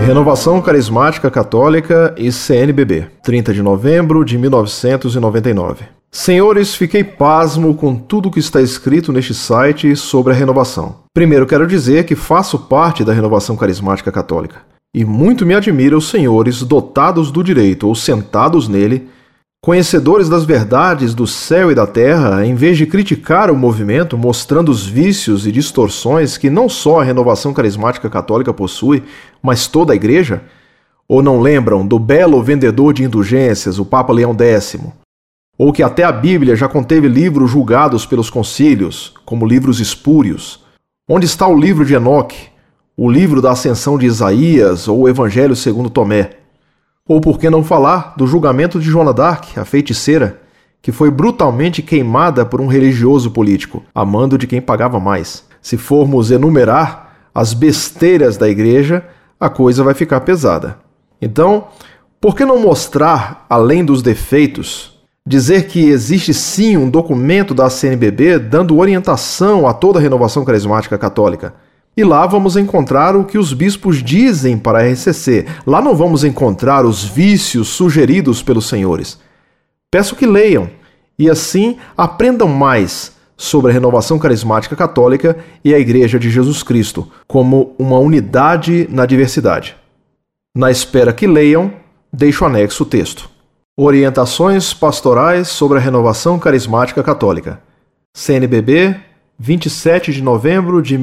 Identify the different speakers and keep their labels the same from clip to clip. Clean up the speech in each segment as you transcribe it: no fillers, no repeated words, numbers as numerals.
Speaker 1: Renovação Carismática Católica e CNBB, 30 de novembro de 1999. Senhores, fiquei pasmo com tudo que está escrito neste site sobre a renovação. Primeiro quero dizer que faço parte da Renovação Carismática Católica. E muito me admira os senhores dotados do direito ou sentados nele, conhecedores das verdades do céu e da terra, em vez de criticar o movimento, mostrando os vícios e distorções que não só a Renovação Carismática Católica possui, mas toda a Igreja, ou não lembram do belo vendedor de indulgências, o Papa Leão X, ou que até a Bíblia já conteve livros julgados pelos concílios, como livros espúrios. Onde está o livro de Enoque, o livro da Ascensão de Isaías ou o Evangelho segundo Tomé? Ou por que não falar do julgamento de Joana d'Arc, a feiticeira, que foi brutalmente queimada por um religioso político, a mando de quem pagava mais? Se formos enumerar as besteiras da Igreja, a coisa vai ficar pesada. Então, por que não mostrar, além dos defeitos, dizer que existe sim um documento da CNBB dando orientação a toda a Renovação Carismática Católica? E lá vamos encontrar o que os bispos dizem para a RCC. Lá não vamos encontrar os vícios sugeridos pelos senhores. Peço que leiam e assim aprendam mais sobre a Renovação Carismática Católica e a Igreja de Jesus Cristo, como uma unidade na diversidade. Na espera que leiam, deixo anexo o texto. Orientações pastorais sobre a Renovação Carismática Católica. CNBB, 27 de novembro de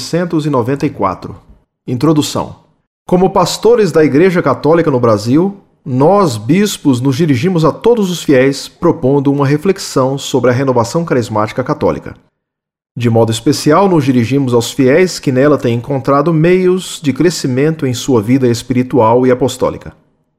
Speaker 1: 1994. Introdução. Como pastores da Igreja Católica no Brasil, nós, bispos, nos dirigimos a todos os fiéis propondo uma reflexão sobre a Renovação Carismática Católica. De modo especial, nos dirigimos aos fiéis que nela têm encontrado meios de crescimento em sua vida espiritual e apostólica.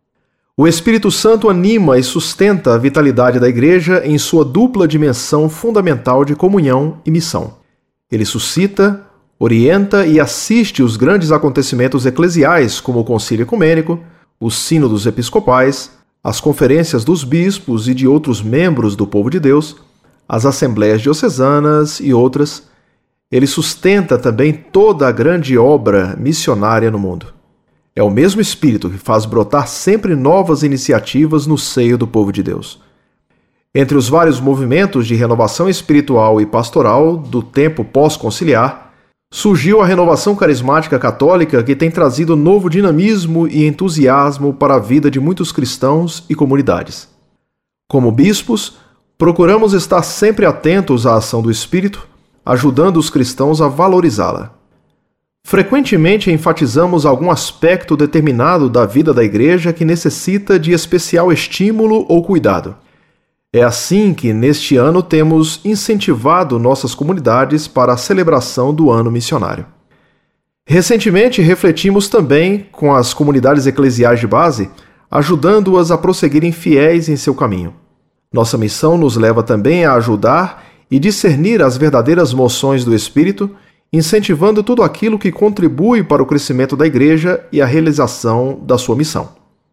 Speaker 1: O Espírito Santo anima e sustenta a vitalidade da Igreja em sua dupla dimensão fundamental de comunhão e missão. Ele suscita, orienta e assiste os grandes acontecimentos eclesiais, como o Concílio Ecumênico, os sínodos episcopais, as conferências dos bispos e de outros membros do povo de Deus, as assembleias diocesanas e outras. Ele sustenta também toda a grande obra missionária no mundo. É o mesmo Espírito que faz brotar sempre novas iniciativas no seio do povo de Deus. Entre os vários movimentos de renovação espiritual e pastoral do tempo pós-conciliar, surgiu a Renovação Carismática Católica, que tem trazido novo dinamismo e entusiasmo para a vida de muitos cristãos e comunidades. Como bispos, procuramos estar sempre atentos à ação do Espírito, ajudando os cristãos a valorizá-la. Frequentemente enfatizamos algum aspecto determinado da vida da Igreja que necessita de especial estímulo ou cuidado. É assim que, neste ano, temos incentivado nossas comunidades para a celebração do Ano Missionário. Recentemente, refletimos também com as comunidades eclesiais de base, ajudando-as a prosseguirem fiéis em seu caminho. Nossa missão nos leva também a ajudar e discernir as verdadeiras moções do Espírito, incentivando tudo aquilo que contribui para o crescimento da Igreja e a realização da sua missão.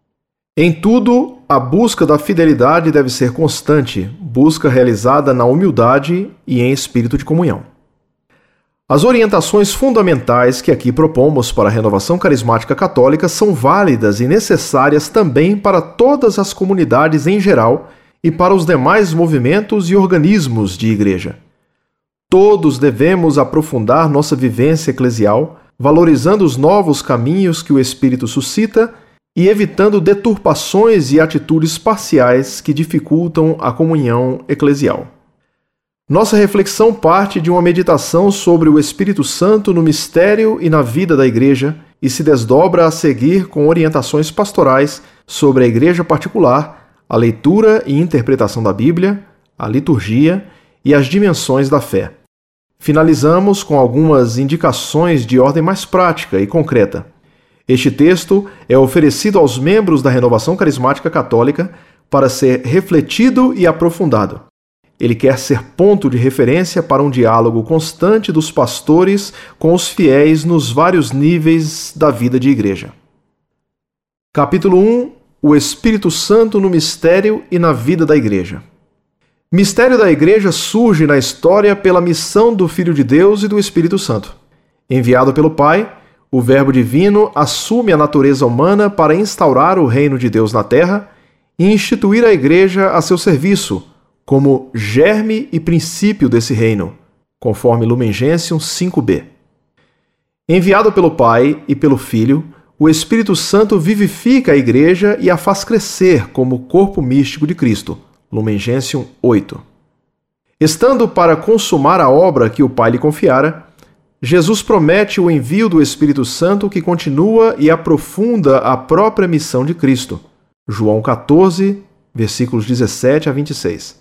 Speaker 1: Em tudo, a busca da fidelidade deve ser constante, busca realizada na humildade e em espírito de comunhão. As orientações fundamentais que aqui propomos para a Renovação Carismática Católica são válidas e necessárias também para todas as comunidades em geral e para os demais movimentos e organismos de Igreja. Todos devemos aprofundar nossa vivência eclesial, valorizando os novos caminhos que o Espírito suscita e evitando deturpações e atitudes parciais que dificultam a comunhão eclesial. Nossa reflexão parte de uma meditação sobre o Espírito Santo no mistério e na vida da Igreja e se desdobra a seguir com orientações pastorais sobre a Igreja particular, a leitura e interpretação da Bíblia, a liturgia e as dimensões da fé. Finalizamos com algumas indicações de ordem mais prática e concreta. Este texto é oferecido aos membros da Renovação Carismática Católica para ser refletido e aprofundado. Ele quer ser ponto de referência para um diálogo constante dos pastores com os fiéis nos vários níveis da vida de igreja. Capítulo 1. O Espírito Santo no mistério e na vida da Igreja. Mistério da Igreja surge na história pela missão do Filho de Deus e do Espírito Santo. Enviado pelo Pai, O Verbo divino assume a natureza humana para instaurar o reino de Deus na terra e instituir a Igreja a seu serviço, como germe e princípio desse reino, conforme Lumen Gentium 5b. Enviado pelo Pai e pelo Filho, o Espírito Santo vivifica a Igreja e a faz crescer como corpo místico de Cristo, Lumen Gentium 8. Estando para consumar a obra que o Pai lhe confiara, Jesus promete o envio do Espírito Santo que continua e aprofunda a própria missão de Cristo, João 14, versículos 17 a 26.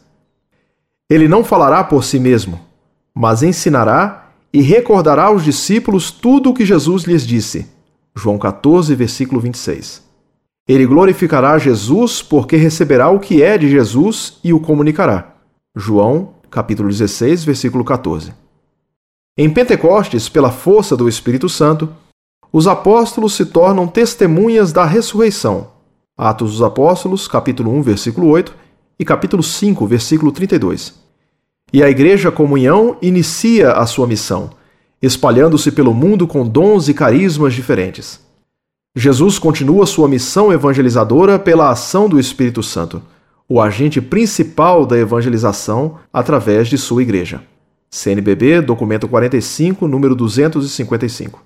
Speaker 1: Ele não falará por si mesmo, mas ensinará e recordará aos discípulos tudo o que Jesus lhes disse. João 14, versículo 26. Ele glorificará Jesus porque receberá o que é de Jesus e o comunicará. João, capítulo 16, versículo 14. Em Pentecostes, pela força do Espírito Santo, os apóstolos se tornam testemunhas da ressurreição. Atos dos Apóstolos, capítulo 1, versículo 8 e capítulo 5, versículo 32. E a Igreja Comunhão inicia a sua missão, espalhando-se pelo mundo com dons e carismas diferentes. Jesus continua sua missão evangelizadora pela ação do Espírito Santo, o agente principal da evangelização através de sua Igreja. CNBB, documento 45, número 255.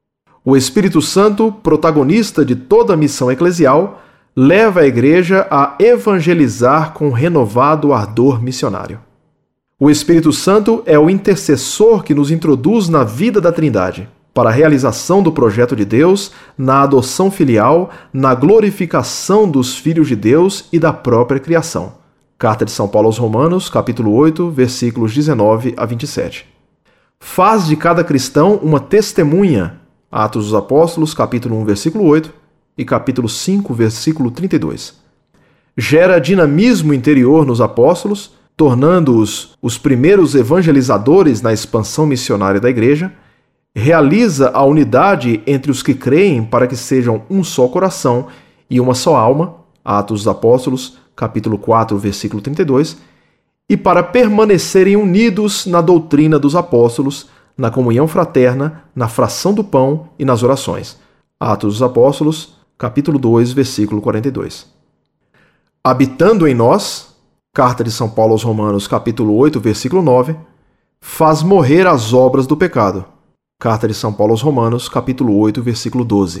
Speaker 1: O Espírito Santo, protagonista de toda a missão eclesial, leva a Igreja a evangelizar com renovado ardor missionário. O Espírito Santo é o intercessor que nos introduz na vida da Trindade, para a realização do projeto de Deus, na adoção filial, na glorificação dos filhos de Deus e da própria criação. Carta de São Paulo aos Romanos, capítulo 8, versículos 19 a 27. Faz de cada cristão uma testemunha. Atos dos Apóstolos, capítulo 1, versículo 8 e capítulo 5, versículo 32. Gera dinamismo interior nos apóstolos, tornando-os os primeiros evangelizadores na expansão missionária da Igreja, realiza a unidade entre os que creem para que sejam um só coração e uma só alma, Atos dos Apóstolos, capítulo 4, versículo 32, e para permanecerem unidos na doutrina dos apóstolos, na comunhão fraterna, na fração do pão e nas orações, Atos dos Apóstolos, capítulo 2, versículo 42. Habitando em nós, Carta de São Paulo aos Romanos, capítulo 8, versículo 9, faz morrer as obras do pecado. Carta de São Paulo aos Romanos, capítulo 8, versículo 12.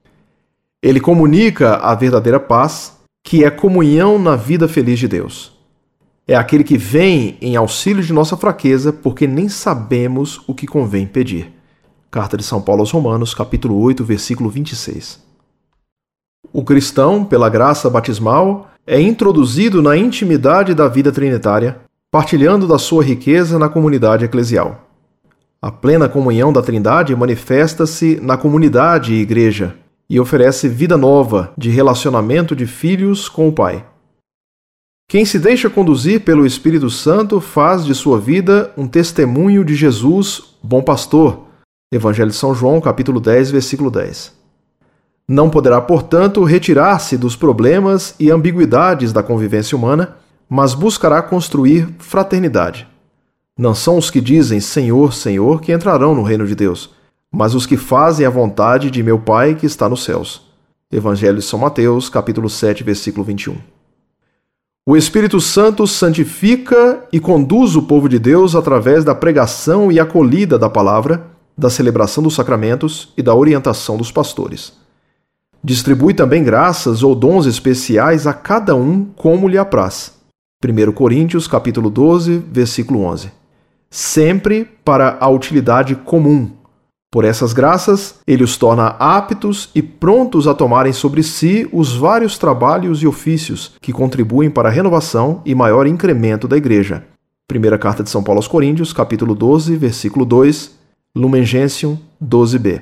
Speaker 1: Ele comunica a verdadeira paz, que é comunhão na vida feliz de Deus. É aquele que vem em auxílio de nossa fraqueza, porque nem sabemos o que convém pedir. Carta de São Paulo aos Romanos, capítulo 8, versículo 26. O cristão, pela graça batismal, é introduzido na intimidade da vida trinitária, partilhando da sua riqueza na comunidade eclesial. A plena comunhão da Trindade manifesta-se na comunidade e igreja e oferece vida nova de relacionamento de filhos com o Pai. Quem se deixa conduzir pelo Espírito Santo faz de sua vida um testemunho de Jesus, bom pastor. Evangelho de São João, capítulo 10, versículo 10. Não poderá, portanto, retirar-se dos problemas e ambiguidades da convivência humana, mas buscará construir fraternidade. Não são os que dizem Senhor, Senhor que entrarão no reino de Deus, mas os que fazem a vontade de meu Pai que está nos céus. Evangelho de São Mateus, capítulo 7, versículo 21. O Espírito Santo santifica e conduz o povo de Deus através da pregação e acolhida da palavra, da celebração dos sacramentos e da orientação dos pastores. Distribui também graças ou dons especiais a cada um como lhe apraz. 1 Coríntios, capítulo 12, versículo 11. Sempre para a utilidade comum. Por essas graças, ele os torna aptos e prontos a tomarem sobre si os vários trabalhos e ofícios que contribuem para a renovação e maior incremento da Igreja. Primeira Carta de São Paulo aos Coríntios, capítulo 12, versículo 2, Lumen Gentium 12b.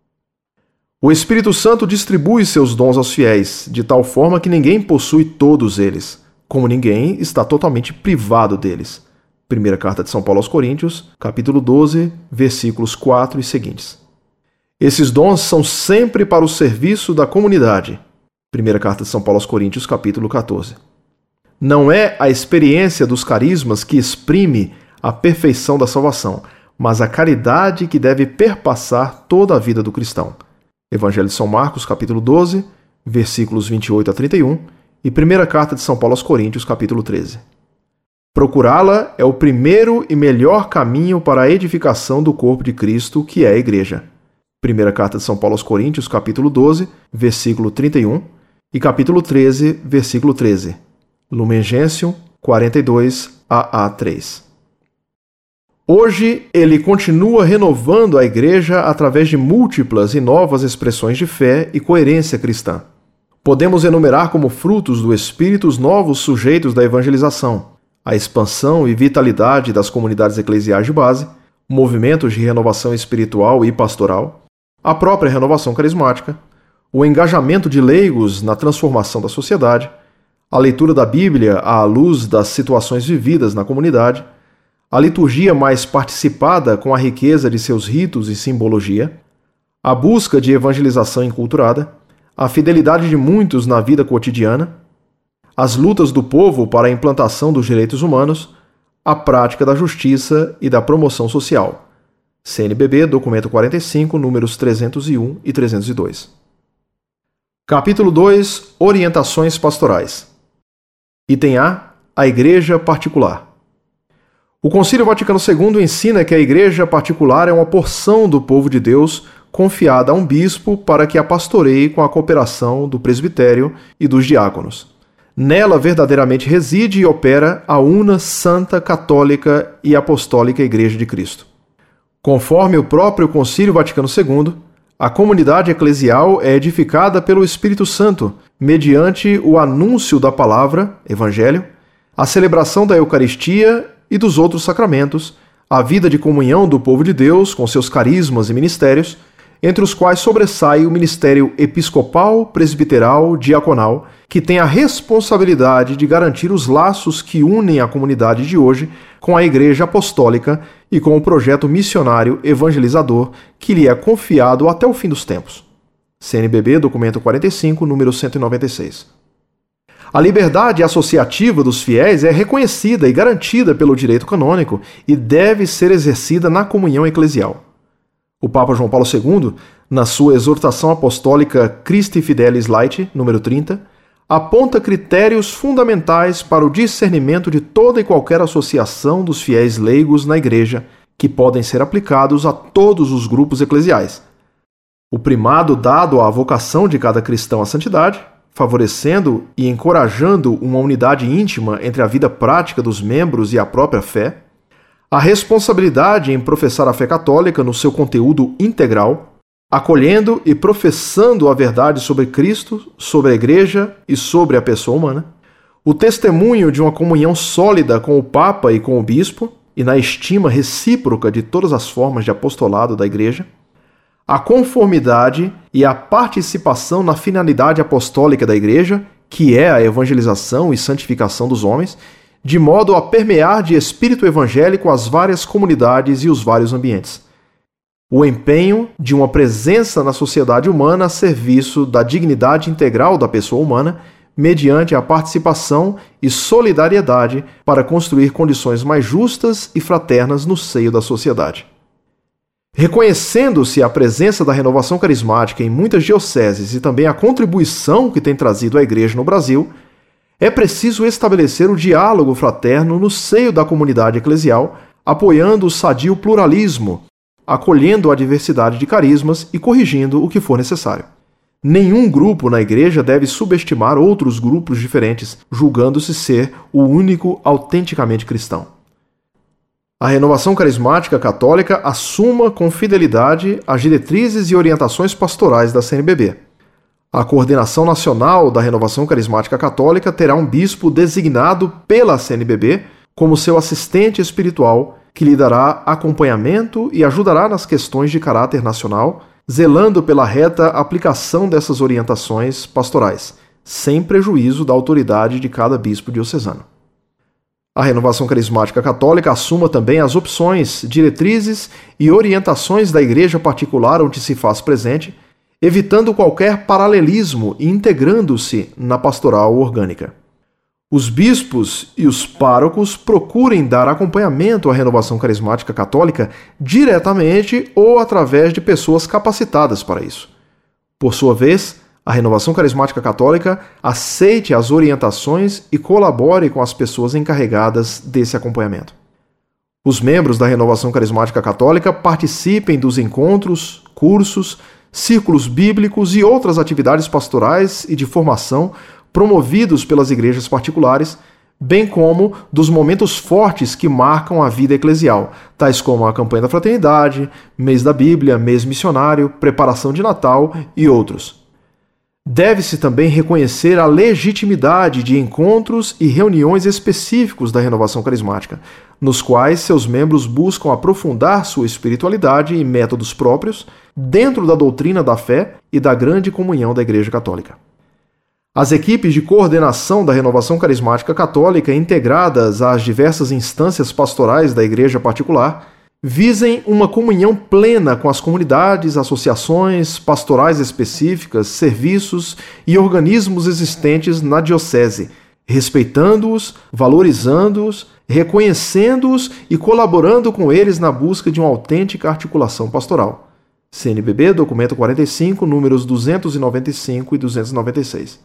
Speaker 1: O Espírito Santo distribui seus dons aos fiéis, de tal forma que ninguém possui todos eles, como ninguém está totalmente privado deles. Primeira Carta de São Paulo aos Coríntios, capítulo 12, versículos 4 e seguintes. Esses dons são sempre para o serviço da comunidade. Primeira Carta de São Paulo aos Coríntios, capítulo 14. Não é a experiência dos carismas que exprime a perfeição da salvação, mas a caridade que deve perpassar toda a vida do cristão. Evangelho de São Marcos, capítulo 12, versículos 28 a 31, e primeira carta de São Paulo aos Coríntios, capítulo 13. Procurá-la é o primeiro e melhor caminho para a edificação do corpo de Cristo, que é a Igreja. Primeira carta de São Paulo aos Coríntios, capítulo 12, versículo 31, e capítulo 13, versículo 13. Lumen Gentium 42 AA 3. Hoje, ele continua renovando a Igreja através de múltiplas e novas expressões de fé e coerência cristã. Podemos enumerar como frutos do Espírito os novos sujeitos da evangelização, a expansão e vitalidade das comunidades eclesiais de base, movimentos de renovação espiritual e pastoral, a própria renovação carismática, o engajamento de leigos na transformação da sociedade, a leitura da Bíblia à luz das situações vividas na comunidade, a liturgia mais participada com a riqueza de seus ritos e simbologia, a busca de evangelização enculturada, a fidelidade de muitos na vida cotidiana, as lutas do povo para a implantação dos direitos humanos, a prática da justiça e da promoção social. CNBB, documento 45, números 301 e 302. Capítulo 2. Orientações pastorais. Item A. A Igreja Particular. O Concílio Vaticano II ensina que a igreja particular é uma porção do povo de Deus confiada a um bispo para que a pastoreie com a cooperação do presbitério e dos diáconos. Nela verdadeiramente reside e opera a una, santa, católica e apostólica Igreja de Cristo. Conforme o próprio Concílio Vaticano II, a comunidade eclesial é edificada pelo Espírito Santo, mediante o anúncio da palavra, Evangelho, a celebração da Eucaristia e dos outros sacramentos, a vida de comunhão do povo de Deus com seus carismas e ministérios, entre os quais sobressai o ministério episcopal, presbiteral, diaconal, que tem a responsabilidade de garantir os laços que unem a comunidade de hoje com a Igreja Apostólica e com o projeto missionário evangelizador que lhe é confiado até o fim dos tempos. CNBB, documento 45, número 196. A liberdade associativa dos fiéis é reconhecida e garantida pelo direito canônico e deve ser exercida na comunhão eclesial. O Papa João Paulo II, na sua exortação apostólica Christi Fidelis Laeti, número 30, aponta critérios fundamentais para o discernimento de toda e qualquer associação dos fiéis leigos na Igreja, que podem ser aplicados a todos os grupos eclesiais. O primado dado à vocação de cada cristão à santidade, favorecendo e encorajando uma unidade íntima entre a vida prática dos membros e a própria fé, a responsabilidade em professar a fé católica no seu conteúdo integral, acolhendo e professando a verdade sobre Cristo, sobre a Igreja e sobre a pessoa humana, o testemunho de uma comunhão sólida com o Papa e com o Bispo, e na estima recíproca de todas as formas de apostolado da Igreja, a conformidade e a participação na finalidade apostólica da Igreja, que é a evangelização e santificação dos homens, de modo a permear de espírito evangélico as várias comunidades e os vários ambientes. O empenho de uma presença na sociedade humana a serviço da dignidade integral da pessoa humana, mediante a participação e solidariedade para construir condições mais justas e fraternas no seio da sociedade. Reconhecendo-se a presença da renovação carismática em muitas dioceses e também a contribuição que tem trazido à Igreja no Brasil, é preciso estabelecer o diálogo fraterno no seio da comunidade eclesial, apoiando o sadio pluralismo, acolhendo a diversidade de carismas e corrigindo o que for necessário. Nenhum grupo na Igreja deve subestimar outros grupos diferentes, julgando-se ser o único autenticamente cristão. A renovação carismática católica assuma com fidelidade as diretrizes e orientações pastorais da CNBB. A Coordenação Nacional da Renovação Carismática Católica terá um bispo designado pela CNBB como seu assistente espiritual, que lhe dará acompanhamento e ajudará nas questões de caráter nacional, zelando pela reta aplicação dessas orientações pastorais, sem prejuízo da autoridade de cada bispo diocesano. A Renovação Carismática Católica assuma também as opções, diretrizes e orientações da Igreja particular onde se faz presente, evitando qualquer paralelismo e integrando-se na pastoral orgânica. Os bispos e os párocos procurem dar acompanhamento à renovação carismática católica diretamente ou através de pessoas capacitadas para isso. Por sua vez, a renovação carismática católica aceite as orientações e colabore com as pessoas encarregadas desse acompanhamento. Os membros da renovação carismática católica participem dos encontros, cursos, círculos bíblicos e outras atividades pastorais e de formação promovidos pelas igrejas particulares, bem como dos momentos fortes que marcam a vida eclesial, tais como a campanha da fraternidade, mês da Bíblia, mês missionário, preparação de Natal e outros. Deve-se também reconhecer a legitimidade de encontros e reuniões específicos da renovação carismática, nos quais seus membros buscam aprofundar sua espiritualidade e métodos próprios dentro da doutrina da fé e da grande comunhão da Igreja Católica. As equipes de coordenação da renovação carismática católica integradas às diversas instâncias pastorais da igreja particular visem uma comunhão plena com as comunidades, associações, pastorais específicas, serviços e organismos existentes na diocese, respeitando-os, valorizando-os, reconhecendo-os e colaborando com eles na busca de uma autêntica articulação pastoral. CNBB, documento 45, números 295 e 296.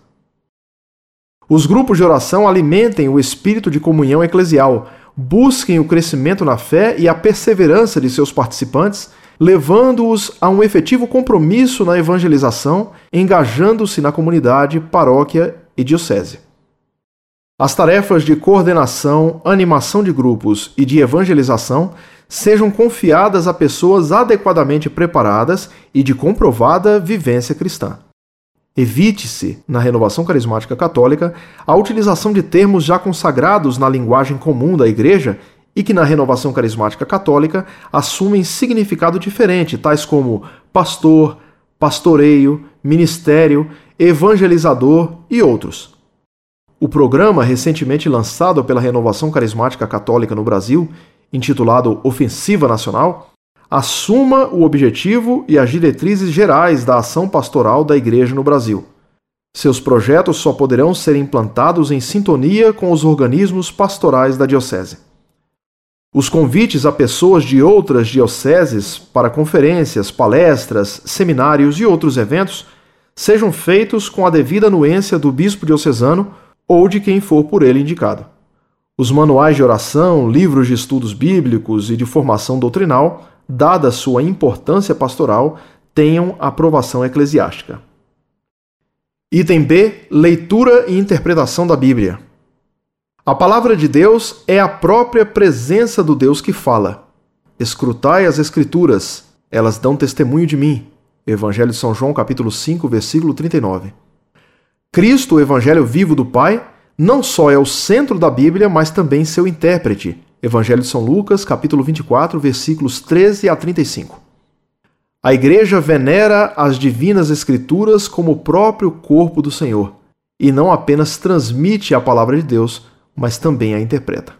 Speaker 1: Os grupos de oração alimentem o espírito de comunhão eclesial, busquem o crescimento na fé e a perseverança de seus participantes, levando-os a um efetivo compromisso na evangelização, engajando-se na comunidade, paróquia e diocese. As tarefas de coordenação, animação de grupos e de evangelização sejam confiadas a pessoas adequadamente preparadas e de comprovada vivência cristã. Evite-se, na renovação carismática católica, a utilização de termos já consagrados na linguagem comum da Igreja e que na renovação carismática católica assumem significado diferente, tais como pastor, pastoreio, ministério, evangelizador e outros. O programa recentemente lançado pela Renovação Carismática Católica no Brasil, intitulado Ofensiva Nacional, assuma o objetivo e as diretrizes gerais da ação pastoral da Igreja no Brasil. Seus projetos só poderão ser implantados em sintonia com os organismos pastorais da Diocese. Os convites a pessoas de outras dioceses para conferências, palestras, seminários e outros eventos sejam feitos com a devida anuência do bispo diocesano ou de quem for por ele indicado. Os manuais de oração, livros de estudos bíblicos e de formação doutrinal, dada sua importância pastoral, tenham aprovação eclesiástica. Item B. Leitura e interpretação da Bíblia. A palavra de Deus é a própria presença do Deus que fala. Escrutai as Escrituras, elas dão testemunho de mim. Evangelho de São João, capítulo 5, versículo 39. Cristo, o Evangelho vivo do Pai, não só é o centro da Bíblia, mas também seu intérprete. Evangelho de São Lucas, capítulo 24, versículos 13 a 35. A Igreja venera as divinas Escrituras como o próprio corpo do Senhor, e não apenas transmite a palavra de Deus, mas também a interpreta.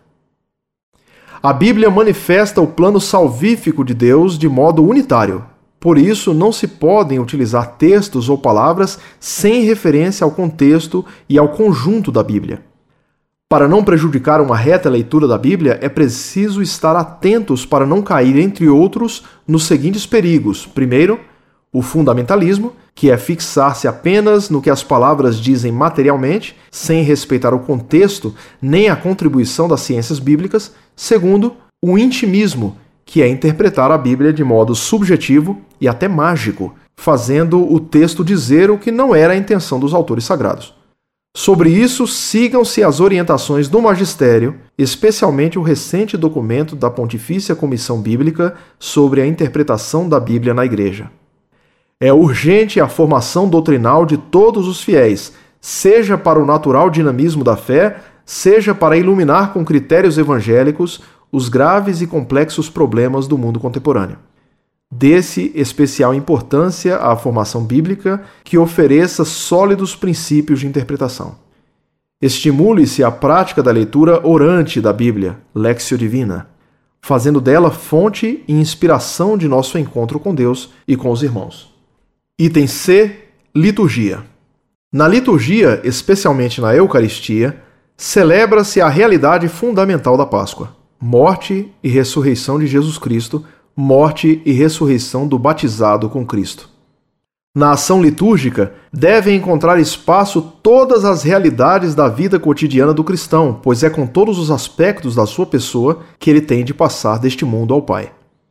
Speaker 1: A Bíblia manifesta o plano salvífico de Deus de modo unitário. Por isso, não se podem utilizar textos ou palavras sem referência ao contexto e ao conjunto da Bíblia. Para não prejudicar uma reta leitura da Bíblia, é preciso estar atentos para não cair, entre outros, nos seguintes perigos. Primeiro, o fundamentalismo, que é fixar-se apenas no que as palavras dizem materialmente, sem respeitar o contexto nem a contribuição das ciências bíblicas. Segundo, o intimismo, que é interpretar a Bíblia de modo subjetivo e até mágico, fazendo o texto dizer o que não era a intenção dos autores sagrados. Sobre isso, sigam-se as orientações do Magistério, especialmente o recente documento da Pontifícia Comissão Bíblica sobre a interpretação da Bíblia na Igreja. É urgente a formação doutrinal de todos os fiéis, seja para o natural dinamismo da fé, seja para iluminar com critérios evangélicos os graves e complexos problemas do mundo contemporâneo. Dê-se especial importância à formação bíblica que ofereça sólidos princípios de interpretação. Estimule-se a prática da leitura orante da Bíblia, Lectio Divina, fazendo dela fonte e inspiração de nosso encontro com Deus e com os irmãos. Item C. Liturgia. Na liturgia, especialmente na Eucaristia, celebra-se a realidade fundamental da Páscoa: morte e ressurreição de Jesus Cristo, morte e ressurreição do batizado com Cristo. Na ação litúrgica, devem encontrar espaço todas as realidades da vida cotidiana do cristão, pois é com todos os aspectos da sua pessoa que ele tem de passar deste mundo ao Pai.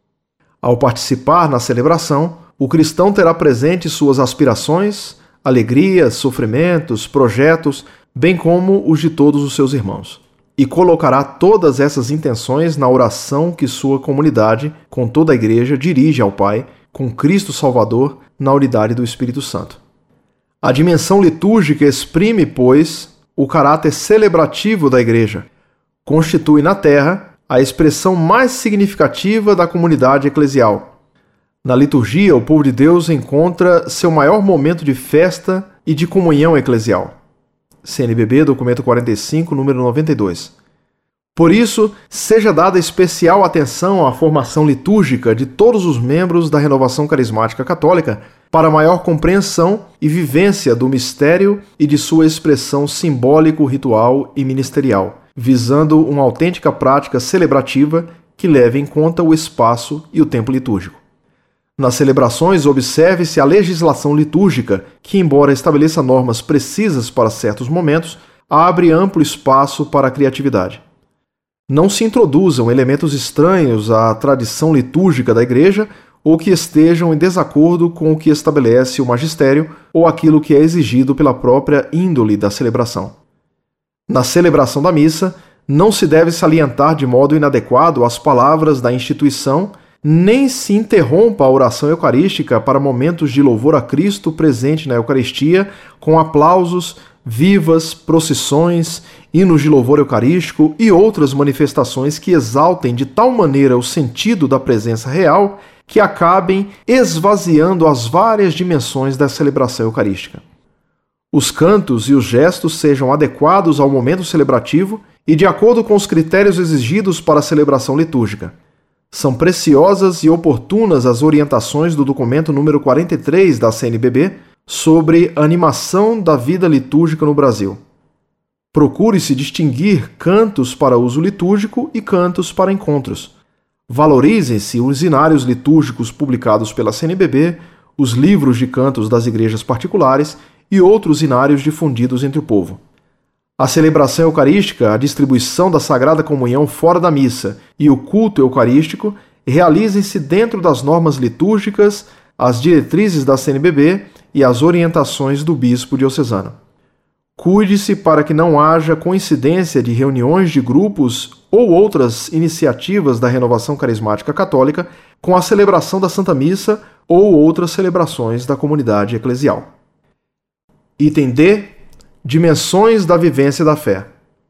Speaker 1: Ao participar na celebração, o cristão terá presente suas aspirações, alegrias, sofrimentos, projetos, bem como os de todos os seus irmãos, e colocará todas essas intenções na oração que sua comunidade, com toda a Igreja, dirige ao Pai, com Cristo Salvador, na unidade do Espírito Santo. A dimensão litúrgica exprime, pois, o caráter celebrativo da Igreja. Constitui na terra a expressão mais significativa da comunidade eclesial. Na liturgia, o povo de Deus encontra seu maior momento de festa e de comunhão eclesial. CNBB, documento 45, número 92. Por isso, seja dada especial atenção à formação litúrgica de todos os membros da Renovação Carismática Católica para maior compreensão e vivência do mistério e de sua expressão simbólico, ritual e ministerial, visando uma autêntica prática celebrativa que leve em conta o espaço e o tempo litúrgico. Nas celebrações, observe-se a legislação litúrgica, que, embora estabeleça normas precisas para certos momentos, abre amplo espaço para a criatividade. Não se introduzam elementos estranhos à tradição litúrgica da Igreja ou que estejam em desacordo com o que estabelece o magistério ou aquilo que é exigido pela própria índole da celebração. Na celebração da missa, não se deve salientar de modo inadequado as palavras da instituição, nem se interrompa a oração eucarística para momentos de louvor a Cristo presente na Eucaristia, com aplausos, vivas, procissões, hinos de louvor eucarístico e outras manifestações que exaltem de tal maneira o sentido da presença real que acabem esvaziando as várias dimensões da celebração eucarística. Os cantos e os gestos sejam adequados ao momento celebrativo e de acordo com os critérios exigidos para a celebração litúrgica. São preciosas e oportunas as orientações do documento número 43 da CNBB sobre a animação da vida litúrgica no Brasil. Procure-se distinguir cantos para uso litúrgico e cantos para encontros. Valorizem-se os inários litúrgicos publicados pela CNBB, os livros de cantos das igrejas particulares e outros inários difundidos entre o povo. A celebração eucarística, a distribuição da Sagrada Comunhão fora da missa e o culto eucarístico realizem-se dentro das normas litúrgicas, as diretrizes da CNBB e as orientações do bispo diocesano. Cuide-se para que não haja coincidência de reuniões de grupos ou outras iniciativas da Renovação Carismática Católica com a celebração da Santa Missa ou outras celebrações da comunidade eclesial. Item D. Dimensões da vivência da fé.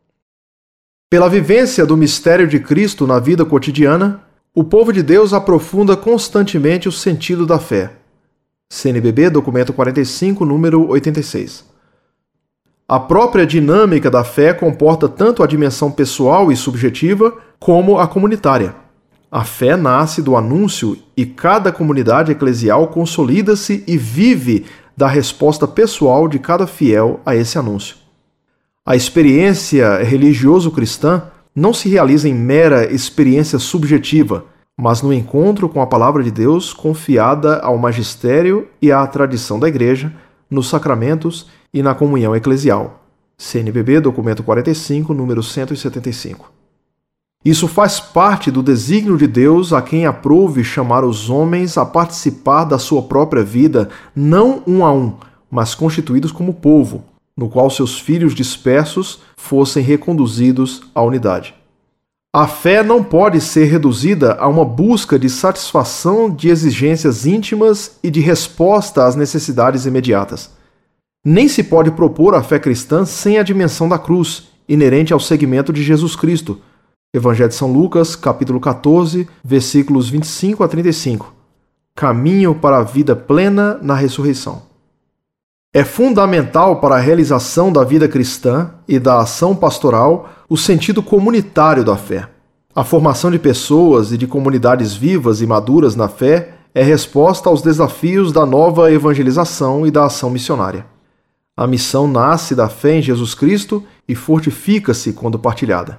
Speaker 1: Pela vivência do mistério de Cristo na vida cotidiana, o povo de Deus aprofunda constantemente o sentido da fé. CNBB, documento 45, número 86. A própria dinâmica da fé comporta tanto a dimensão pessoal e subjetiva como a comunitária. A fé nasce do anúncio e cada comunidade eclesial consolida-se e vive da resposta pessoal de cada fiel a esse anúncio. A experiência religioso-cristã não se realiza em mera experiência subjetiva, mas no encontro com a Palavra de Deus confiada ao magistério e à tradição da Igreja, nos sacramentos e na comunhão eclesial. CNBB, documento 45, número 175. Isso faz parte do desígnio de Deus a quem aprouve chamar os homens a participar da sua própria vida, não um a um, mas constituídos como povo, no qual seus filhos dispersos fossem reconduzidos à unidade. A fé não pode ser reduzida a uma busca de satisfação de exigências íntimas e de resposta às necessidades imediatas. Nem se pode propor a fé cristã sem a dimensão da cruz, inerente ao seguimento de Jesus Cristo. Evangelho de São Lucas, capítulo 14, versículos 25 a 35. Caminho para a vida plena na ressurreição. É fundamental para a realização da vida cristã e da ação pastoral o sentido comunitário da fé. A formação de pessoas e de comunidades vivas e maduras na fé é resposta aos desafios da nova evangelização e da ação missionária. A missão nasce da fé em Jesus Cristo e fortifica-se quando partilhada.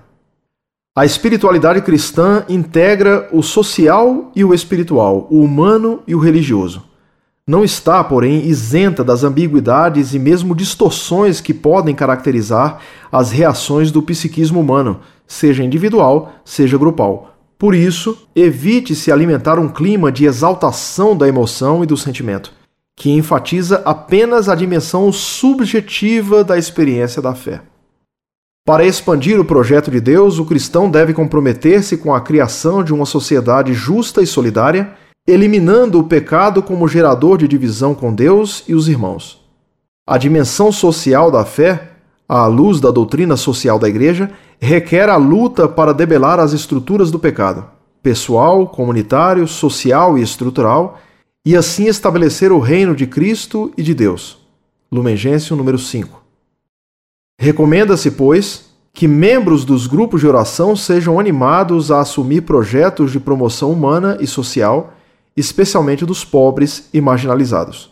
Speaker 1: A espiritualidade cristã integra o social e o espiritual, o humano e o religioso. Não está, porém, isenta das ambiguidades e mesmo distorções que podem caracterizar as reações do psiquismo humano, seja individual, seja grupal. Por isso, evite se alimentar um clima de exaltação da emoção e do sentimento, que enfatiza apenas a dimensão subjetiva da experiência da fé. Para expandir o projeto de Deus, o cristão deve comprometer-se com a criação de uma sociedade justa e solidária, eliminando o pecado como gerador de divisão com Deus e os irmãos. A dimensão social da fé, à luz da doutrina social da Igreja, requer a luta para debelar as estruturas do pecado, pessoal, comunitário, social e estrutural, e assim estabelecer o reino de Cristo e de Deus. Lumen Gentium, número 5. Recomenda-se, pois, que membros dos grupos de oração sejam animados a assumir projetos de promoção humana e social, especialmente dos pobres e marginalizados.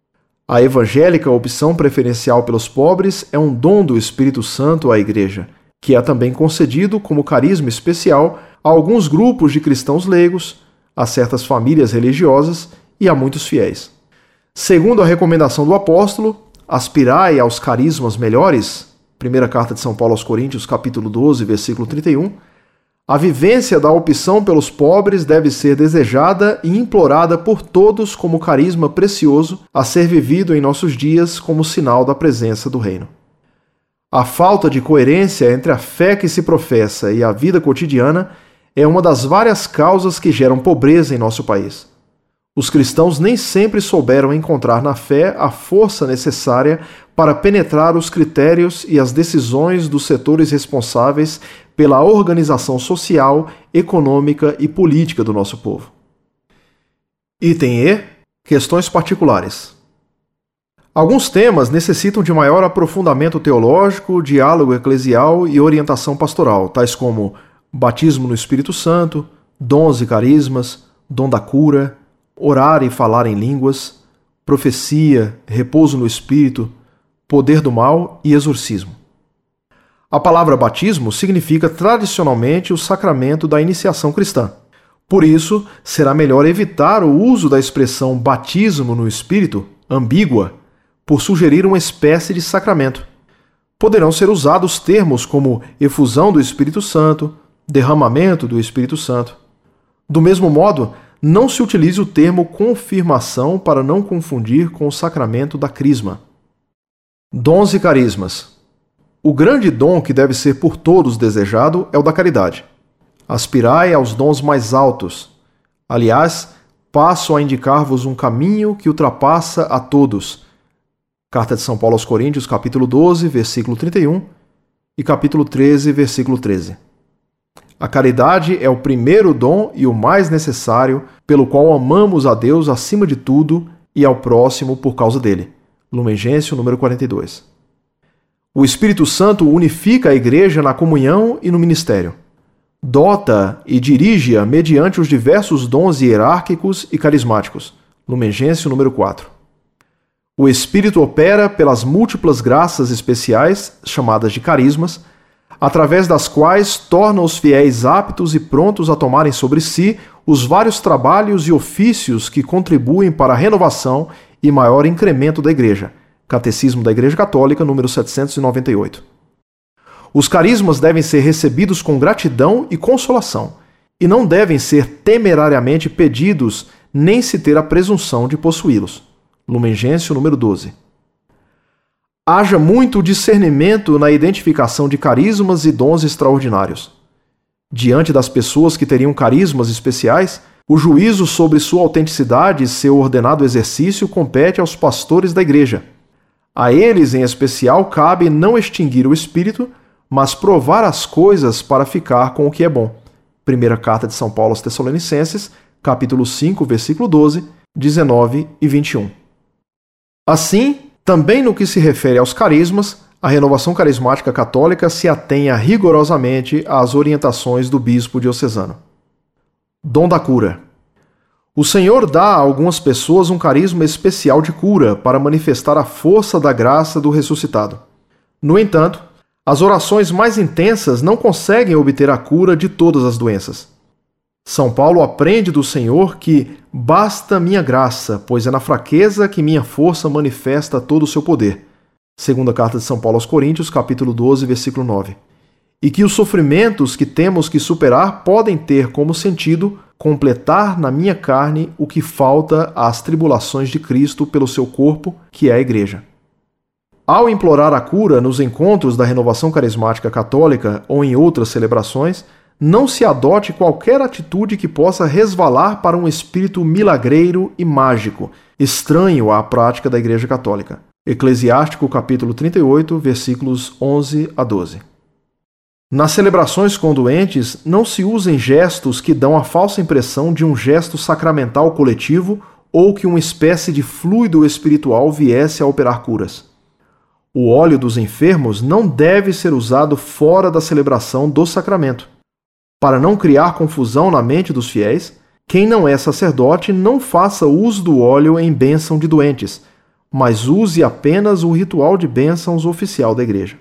Speaker 1: A evangélica opção preferencial pelos pobres é um dom do Espírito Santo à Igreja, que é também concedido como carisma especial a alguns grupos de cristãos leigos, a certas famílias religiosas e a muitos fiéis. Segundo a recomendação do apóstolo, aspirai aos carismas melhores, primeira carta de São Paulo aos Coríntios, capítulo 12, versículo 31, a vivência da opção pelos pobres deve ser desejada e implorada por todos como carisma precioso a ser vivido em nossos dias como sinal da presença do reino. A falta de coerência entre a fé que se professa e a vida cotidiana é uma das várias causas que geram pobreza em nosso país. Os cristãos nem sempre souberam encontrar na fé a força necessária para penetrar os critérios e as decisões dos setores responsáveis pela organização social, econômica e política do nosso povo. Item E. Questões particulares. Alguns temas necessitam de maior aprofundamento teológico, diálogo eclesial e orientação pastoral, tais como batismo no Espírito Santo, dons e carismas, dom da cura, orar e falar em línguas, profecia, repouso no Espírito, poder do mal e exorcismo. A palavra batismo significa tradicionalmente o sacramento da iniciação cristã. Por isso, será melhor evitar o uso da expressão batismo no Espírito, ambígua, por sugerir uma espécie de sacramento. Poderão ser usados termos como efusão do Espírito Santo, derramamento do Espírito Santo. Do mesmo modo, não se utilize o termo confirmação para não confundir com o sacramento da crisma. Dons e carismas. O grande dom que deve ser por todos desejado é o da caridade. Aspirai aos dons mais altos. Aliás, passo a indicar-vos um caminho que ultrapassa a todos. Carta de São Paulo aos Coríntios, capítulo 12, versículo 31 e capítulo 13, versículo 13. A caridade é o primeiro dom e o mais necessário, pelo qual amamos a Deus acima de tudo e ao próximo por causa dele. Lumen Gentium, número 42. O Espírito Santo unifica a Igreja na comunhão e no ministério. Dota e dirige-a mediante os diversos dons hierárquicos e carismáticos. Lumen Gentium, número 4. O Espírito opera pelas múltiplas graças especiais, chamadas de carismas, através das quais torna os fiéis aptos e prontos a tomarem sobre si os vários trabalhos e ofícios que contribuem para a renovação e maior incremento da Igreja. Catecismo da Igreja Católica, número 798. Os carismas devem ser recebidos com gratidão e consolação, e não devem ser temerariamente pedidos, nem se ter a presunção de possuí-los. Lumen Gentium, número 12. Haja muito discernimento na identificação de carismas e dons extraordinários. Diante das pessoas que teriam carismas especiais, o juízo sobre sua autenticidade e seu ordenado exercício compete aos pastores da Igreja. A eles, em especial, cabe não extinguir o Espírito, mas provar as coisas para ficar com o que é bom. Primeira Carta de São Paulo aos Tessalonicenses, capítulo 5, versículo 12, 19 e 21. Assim, também no que se refere aos carismas, a renovação carismática católica se atenha rigorosamente às orientações do bispo diocesano. Dom da cura. O Senhor dá a algumas pessoas um carisma especial de cura para manifestar a força da graça do ressuscitado. No entanto, As orações mais intensas não conseguem obter a cura de todas as doenças. São Paulo aprende do Senhor que basta minha graça, pois é na fraqueza que minha força manifesta todo o seu poder. Segunda carta de São Paulo aos Coríntios, capítulo 12, versículo 9. E que os sofrimentos que temos que superar podem ter como sentido completar na minha carne o que falta às tribulações de Cristo pelo seu corpo, que é a Igreja. Ao implorar a cura nos encontros da Renovação Carismática Católica ou em outras celebrações, não se adote qualquer atitude que possa resvalar para um espírito milagreiro e mágico, estranho à prática da Igreja Católica. Eclesiástico, capítulo 38, versículos 11 a 12. Nas celebrações com doentes, não se usem gestos que dão a falsa impressão de um gesto sacramental coletivo ou que uma espécie de fluido espiritual viesse a operar curas. O óleo dos enfermos não deve ser usado fora da celebração do sacramento. Para não criar confusão na mente dos fiéis, quem não é sacerdote não faça uso do óleo em bênção de doentes, mas use apenas o ritual de bênçãos oficial da Igreja.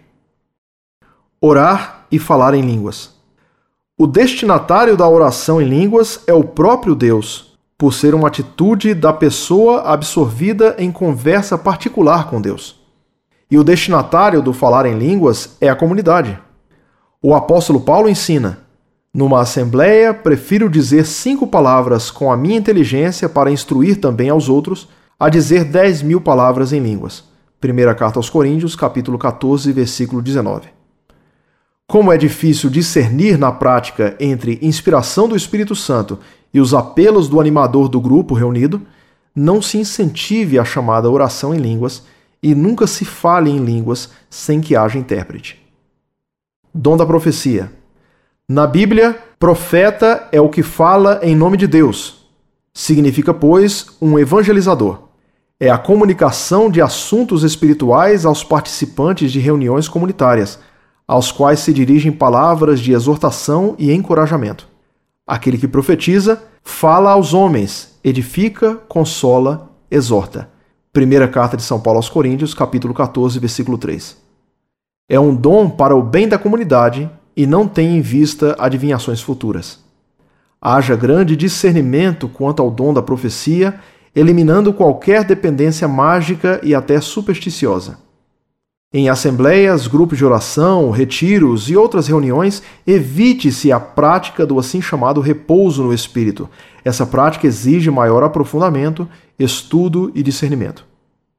Speaker 1: Orar e falar em línguas. O destinatário da oração em línguas é o próprio Deus, por ser uma atitude da pessoa absorvida em conversa particular com Deus. E o destinatário do falar em línguas é a comunidade. O apóstolo Paulo ensina: numa assembleia, prefiro dizer 5 palavras com a minha inteligência para instruir também aos outros, a dizer 10.000 palavras em línguas. Primeira carta aos Coríntios, capítulo 14, versículo 19. Como é difícil discernir na prática entre inspiração do Espírito Santo e os apelos do animador do grupo reunido, não se incentive a chamada oração em línguas e nunca se fale em línguas sem que haja intérprete. Dom da profecia. Na Bíblia, profeta é o que fala em nome de Deus. Significa, pois, um evangelizador. É a comunicação de assuntos espirituais aos participantes de reuniões comunitárias, aos quais se dirigem palavras de exortação e encorajamento. Aquele que profetiza fala aos homens, edifica, consola, exorta. Primeira carta de São Paulo aos Coríntios, capítulo 14, versículo 3. É um dom para o bem da comunidade e não tem em vista adivinhações futuras. Haja grande discernimento quanto ao dom da profecia, eliminando qualquer dependência mágica e até supersticiosa. Em assembleias, grupos de oração, retiros e outras reuniões, evite-se a prática do assim chamado repouso no espírito. Essa prática exige maior aprofundamento, estudo e discernimento.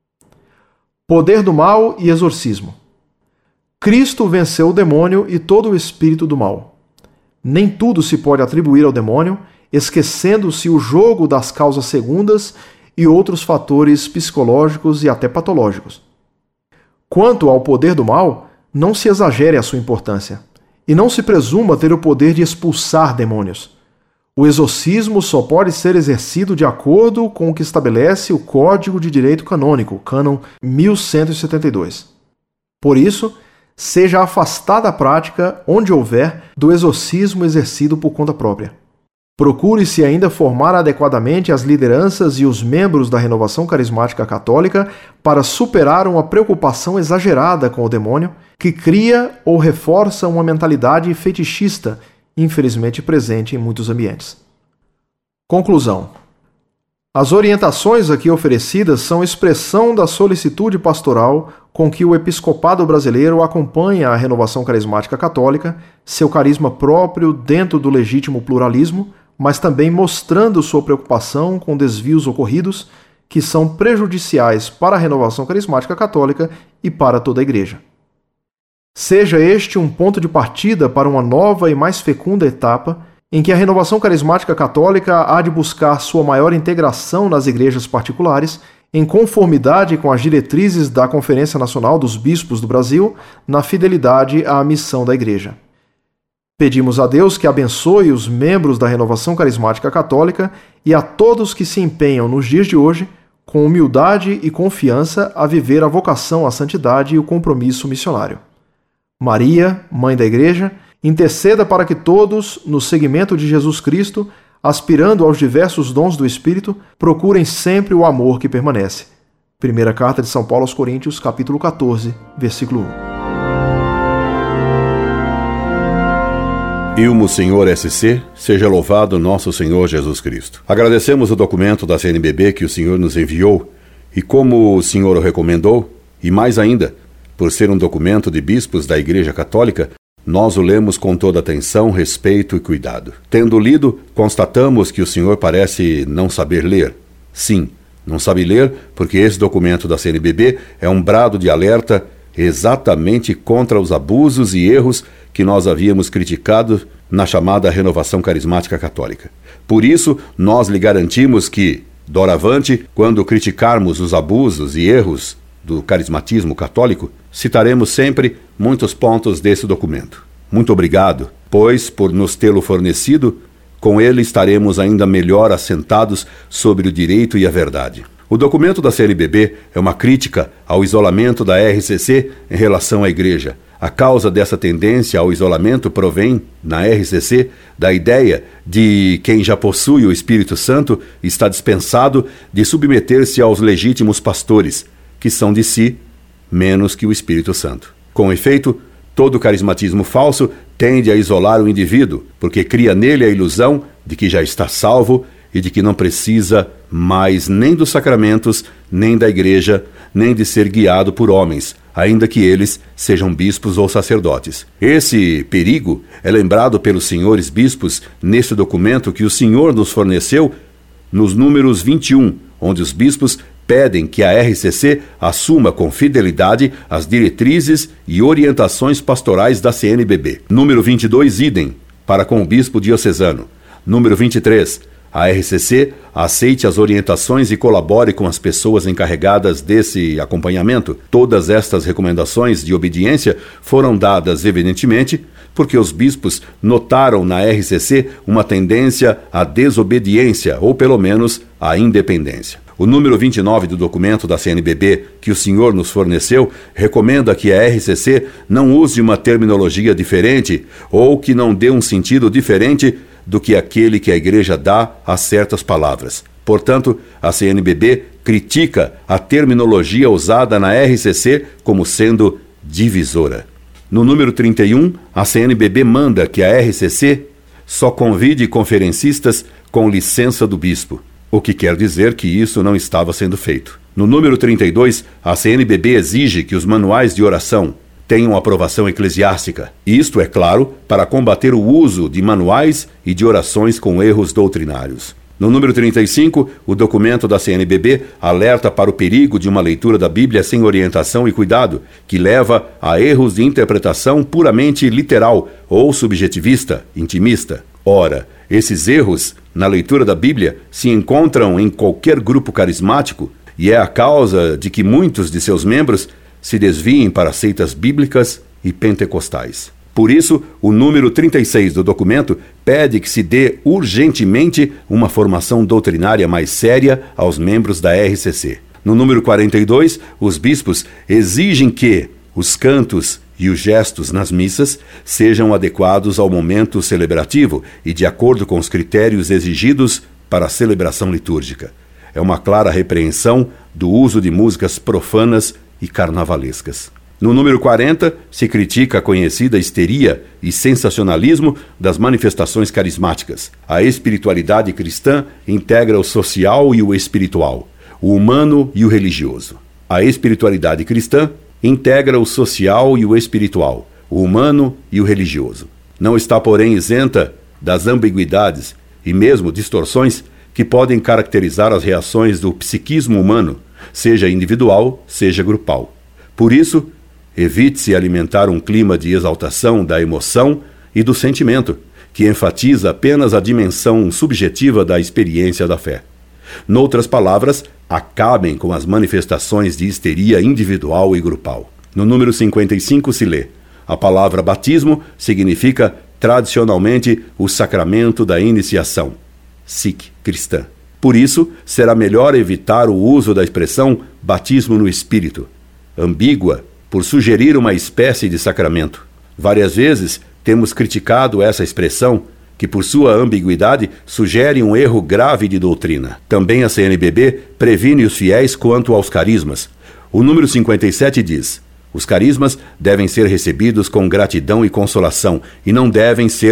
Speaker 1: Poder do mal e exorcismo. Cristo venceu o demônio e todo o espírito do mal. Nem tudo se pode atribuir ao demônio, esquecendo-se o jogo das causas segundas e outros fatores psicológicos e até patológicos. Quanto ao poder do mal, não se exagere a sua importância, e não se presuma ter o poder de expulsar demônios. O exorcismo só pode ser exercido de acordo com o que estabelece o Código de Direito Canônico, Cânon 1172. Por isso, seja afastada a prática, onde houver, do exorcismo exercido por conta própria. Procure-se ainda formar adequadamente as lideranças e os membros da Renovação Carismática Católica para superar uma preocupação exagerada com o demônio que cria ou reforça uma mentalidade fetichista, infelizmente presente em muitos ambientes. Conclusão. As orientações aqui oferecidas são expressão da solicitude pastoral com que o episcopado brasileiro acompanha a Renovação Carismática Católica, seu carisma próprio dentro do legítimo pluralismo, mas também mostrando sua preocupação com desvios ocorridos que são prejudiciais para a Renovação Carismática Católica e para toda a Igreja. Seja este um ponto de partida para uma nova e mais fecunda etapa em que a Renovação Carismática Católica há de buscar sua maior integração nas igrejas particulares, em conformidade com as diretrizes da Conferência Nacional dos Bispos do Brasil, na fidelidade à missão da Igreja. Pedimos a Deus que abençoe os membros da Renovação Carismática Católica e a todos que se empenham nos dias de hoje, com humildade e confiança, a viver a vocação à santidade e o compromisso missionário. Maria, Mãe da Igreja, interceda para que todos, no seguimento de Jesus Cristo, aspirando aos diversos dons do Espírito, procurem sempre o amor que permanece. Primeira carta de São Paulo aos Coríntios, capítulo 14, versículo 1.
Speaker 2: Ilmo Senhor SC, seja louvado nosso Senhor Jesus Cristo. Agradecemos o documento da CNBB que o Senhor nos enviou e como o Senhor o recomendou, e mais ainda, por ser um documento de bispos da Igreja Católica, nós o lemos com toda atenção, respeito e cuidado. Tendo lido, constatamos que o Senhor parece não saber ler. Sim, não sabe ler porque esse documento da CNBB é um brado de alerta exatamente contra os abusos e erros que nós havíamos criticado na chamada Renovação Carismática Católica. Por isso, nós lhe garantimos que, doravante, quando criticarmos os abusos e erros do carismatismo católico, citaremos sempre muitos pontos desse documento. Muito obrigado, pois, por nos tê-lo fornecido, com ele estaremos ainda melhor assentados sobre o direito e a verdade. O documento da CNBB é uma crítica ao isolamento da RCC em relação à Igreja. A causa dessa tendência ao isolamento provém, na RCC, da ideia de quem já possui o Espírito Santo está dispensado de submeter-se aos legítimos pastores, que são de si menos que o Espírito Santo. Com efeito, todo carismatismo falso tende a isolar o indivíduo, porque cria nele a ilusão de que já está salvo e de que não precisa mais nem dos sacramentos, nem da igreja, nem de ser guiado por homens, ainda que eles sejam bispos ou sacerdotes. Esse perigo é lembrado pelos senhores bispos neste documento que o Senhor nos forneceu nos números 21, onde os bispos pedem que a RCC assuma com fidelidade as diretrizes e orientações pastorais da CNBB. Número 22, idem, para com o bispo diocesano. Número 23, a RCC aceite as orientações e colabore com as pessoas encarregadas desse acompanhamento. Todas estas recomendações de obediência foram dadas, evidentemente, porque os bispos notaram na RCC uma tendência à desobediência, ou pelo menos à independência. O número 29 do documento da CNBB que o Senhor nos forneceu recomenda que a RCC não use uma terminologia diferente ou que não dê um sentido diferente do que aquele que a Igreja dá a certas palavras. Portanto, a CNBB critica a terminologia usada na RCC como sendo divisora. No número 31, a CNBB manda que a RCC só convide conferencistas com licença do bispo, o que quer dizer que isso não estava sendo feito. No número 32, a CNBB exige que os manuais de oração tenham aprovação eclesiástica. Isto, é claro, para combater o uso de manuais e de orações com erros doutrinários. No número 35, o documento da CNBB alerta para o perigo de uma leitura da Bíblia sem orientação e cuidado, que leva a erros de interpretação puramente literal ou subjetivista, intimista. Ora, esses erros na leitura da Bíblia se encontram em qualquer grupo carismático e é a causa de que muitos de seus membros se desviem para seitas bíblicas e pentecostais. Por isso, o número 36 do documento pede que se dê urgentemente uma formação doutrinária mais séria aos membros da RCC. No número 42, os bispos exigem que os cantos e os gestos nas missas sejam adequados ao momento celebrativo e de acordo com os critérios exigidos para a celebração litúrgica. É uma clara repreensão do uso de músicas profanas e carnavalescas. No número 40, se critica a conhecida histeria e sensacionalismo das manifestações carismáticas. A espiritualidade cristã integra o social e o espiritual, o humano e o religioso. A espiritualidade cristã integra o social e o espiritual, o humano e o religioso. Não está, porém, isenta das ambiguidades e mesmo distorções que podem caracterizar as reações do psiquismo humano, seja individual, seja grupal. Por isso, evite-se alimentar um clima de exaltação da emoção e do sentimento, que enfatiza apenas a dimensão subjetiva da experiência da fé. Noutras palavras, acabem com as manifestações de histeria individual e grupal. No número 55 se lê: a palavra batismo significa tradicionalmente o sacramento da iniciação, SIC, cristã. Por isso, será melhor evitar o uso da expressão batismo no Espírito, ambígua, por sugerir uma espécie de sacramento. Várias vezes temos criticado essa expressão, que por sua ambiguidade sugere um erro grave de doutrina. Também a CNBB previne os fiéis quanto aos carismas. O número 57 diz: os carismas devem ser recebidos com gratidão e consolação, e não devem ser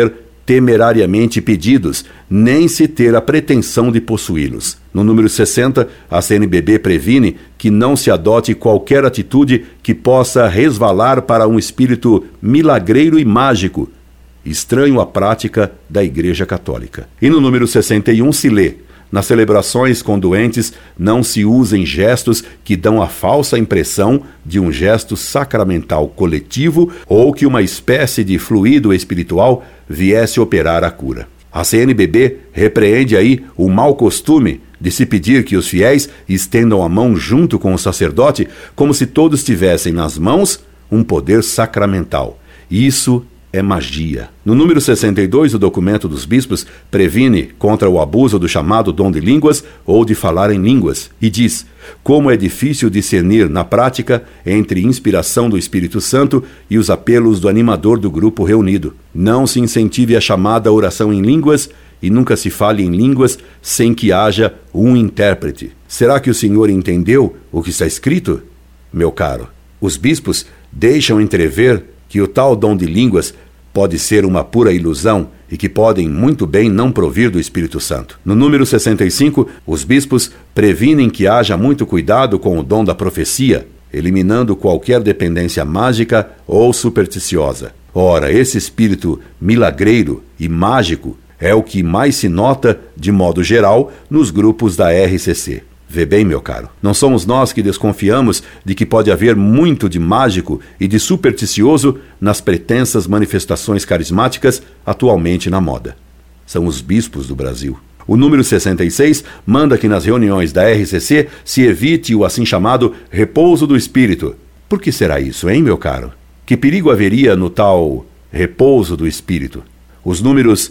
Speaker 2: temerariamente pedidos, nem se ter a pretensão de possuí-los. No número 60, a CNBB previne que não se adote qualquer atitude que possa resvalar para um espírito milagreiro e mágico, estranho à prática da Igreja Católica. E no número 61 se lê: nas celebrações com doentes não se usem gestos que dão a falsa impressão de um gesto sacramental coletivo ou que uma espécie de fluido espiritual viesse operar a cura. A CNBB repreende aí o mau costume de se pedir que os fiéis estendam a mão junto com o sacerdote, como se todos tivessem nas mãos um poder sacramental. Isso é magia. No número 62, o documento dos bispos previne contra o abuso do chamado dom de línguas ou de falar em línguas e diz como é difícil discernir na prática entre inspiração do Espírito Santo e os apelos do animador do grupo reunido. Não se incentive a chamada oração em línguas e nunca se fale em línguas sem que haja um intérprete. Será que o Senhor entendeu o que está escrito? Meu caro, os bispos deixam entrever que o tal dom de línguas pode ser uma pura ilusão e que podem muito bem não provir do Espírito Santo. No número 65, os bispos previnem que haja muito cuidado com o dom da profecia, eliminando qualquer dependência mágica ou supersticiosa. Ora, esse espírito milagreiro e mágico é o que mais se nota, de modo geral, nos grupos da RCC. Vê bem, meu caro, não somos nós que desconfiamos de que pode haver muito de mágico e de supersticioso nas pretensas manifestações carismáticas atualmente na moda. São os bispos do Brasil. O número 66 manda que nas reuniões da RCC se evite o assim chamado repouso do espírito. Por que será isso, hein, meu caro? Que perigo haveria no tal repouso do espírito? Os números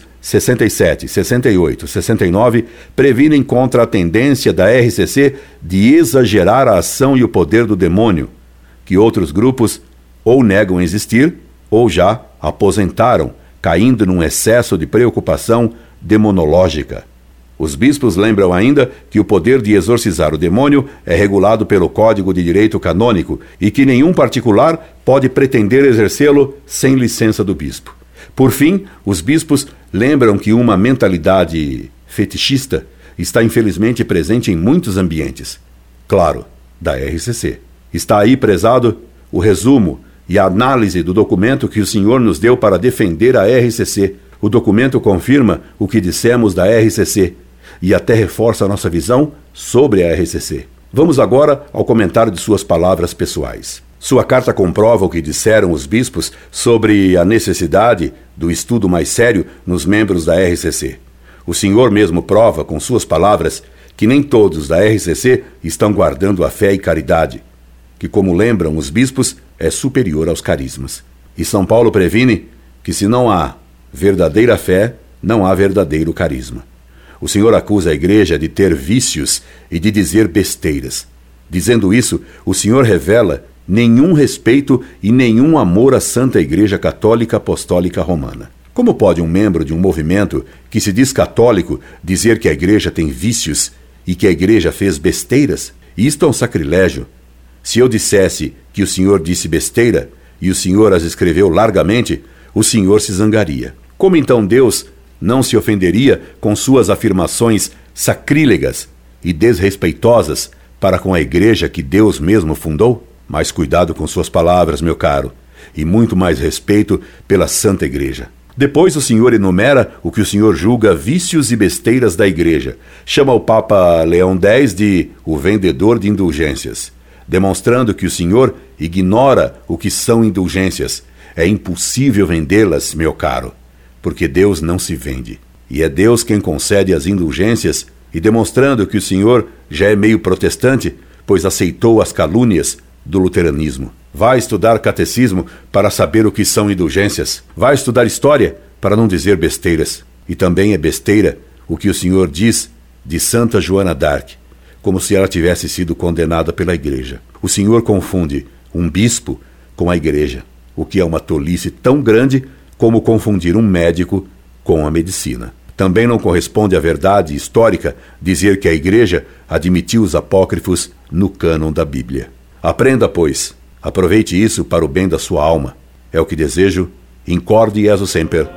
Speaker 2: 67, 68, 69 previnem contra a tendência da RCC de exagerar a ação e o poder do demônio, que outros grupos ou negam existir ou já aposentaram, caindo num excesso de preocupação demonológica. Os bispos lembram ainda que o poder de exorcizar o demônio é regulado pelo Código de Direito Canônico e que nenhum particular pode pretender exercê-lo sem licença do bispo. Por fim, os bispos lembram que uma mentalidade fetichista está infelizmente presente em muitos ambientes. Claro, da RCC. Está aí, prezado, o resumo e a análise do documento que o senhor nos deu para defender a RCC. O documento confirma o que dissemos da RCC e até reforça a nossa visão sobre a RCC. Vamos agora ao comentário de suas palavras pessoais. Sua carta comprova o que disseram os bispos sobre a necessidade do estudo mais sério nos membros da RCC. O senhor mesmo prova, com suas palavras, que nem todos da RCC estão guardando a fé e caridade, que, como lembram os bispos, é superior aos carismas. E São Paulo previne que se não há verdadeira fé, não há verdadeiro carisma. O senhor acusa a igreja de ter vícios e de dizer besteiras. Dizendo isso, o senhor revela nenhum respeito e nenhum amor à Santa Igreja Católica Apostólica Romana. Como pode um membro de um movimento que se diz católico dizer que a igreja tem vícios e que a igreja fez besteiras? Isto é um sacrilégio. Se eu dissesse que o senhor disse besteira e o senhor as escreveu largamente, o senhor se zangaria. Como então Deus não se ofenderia com suas afirmações sacrílegas e desrespeitosas para com a igreja que Deus mesmo fundou? Mais cuidado com suas palavras, meu caro, e muito mais respeito pela Santa Igreja. Depois o senhor enumera o que o senhor julga vícios e besteiras da igreja. Chama o Papa Leão X de o vendedor de indulgências, demonstrando que o senhor ignora o que são indulgências. É impossível vendê-las, meu caro, porque Deus não se vende. E é Deus quem concede as indulgências, e demonstrando que o senhor já é meio protestante, pois aceitou as calúnias do luteranismo. Vai estudar catecismo para saber o que são indulgências. Vai estudar história para não dizer besteiras. E também é besteira o que o senhor diz de Santa Joana d'Arc, como se ela tivesse sido condenada pela igreja. O senhor confunde um bispo com a igreja, o que é uma tolice tão grande como confundir um médico com a medicina. Também não corresponde à verdade histórica dizer que a igreja admitiu os apócrifos no cânon da Bíblia. Aprenda, pois, aproveite isso para o bem da sua alma. É o que desejo, incorde Jesus semper,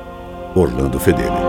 Speaker 2: Orlando Fedeli.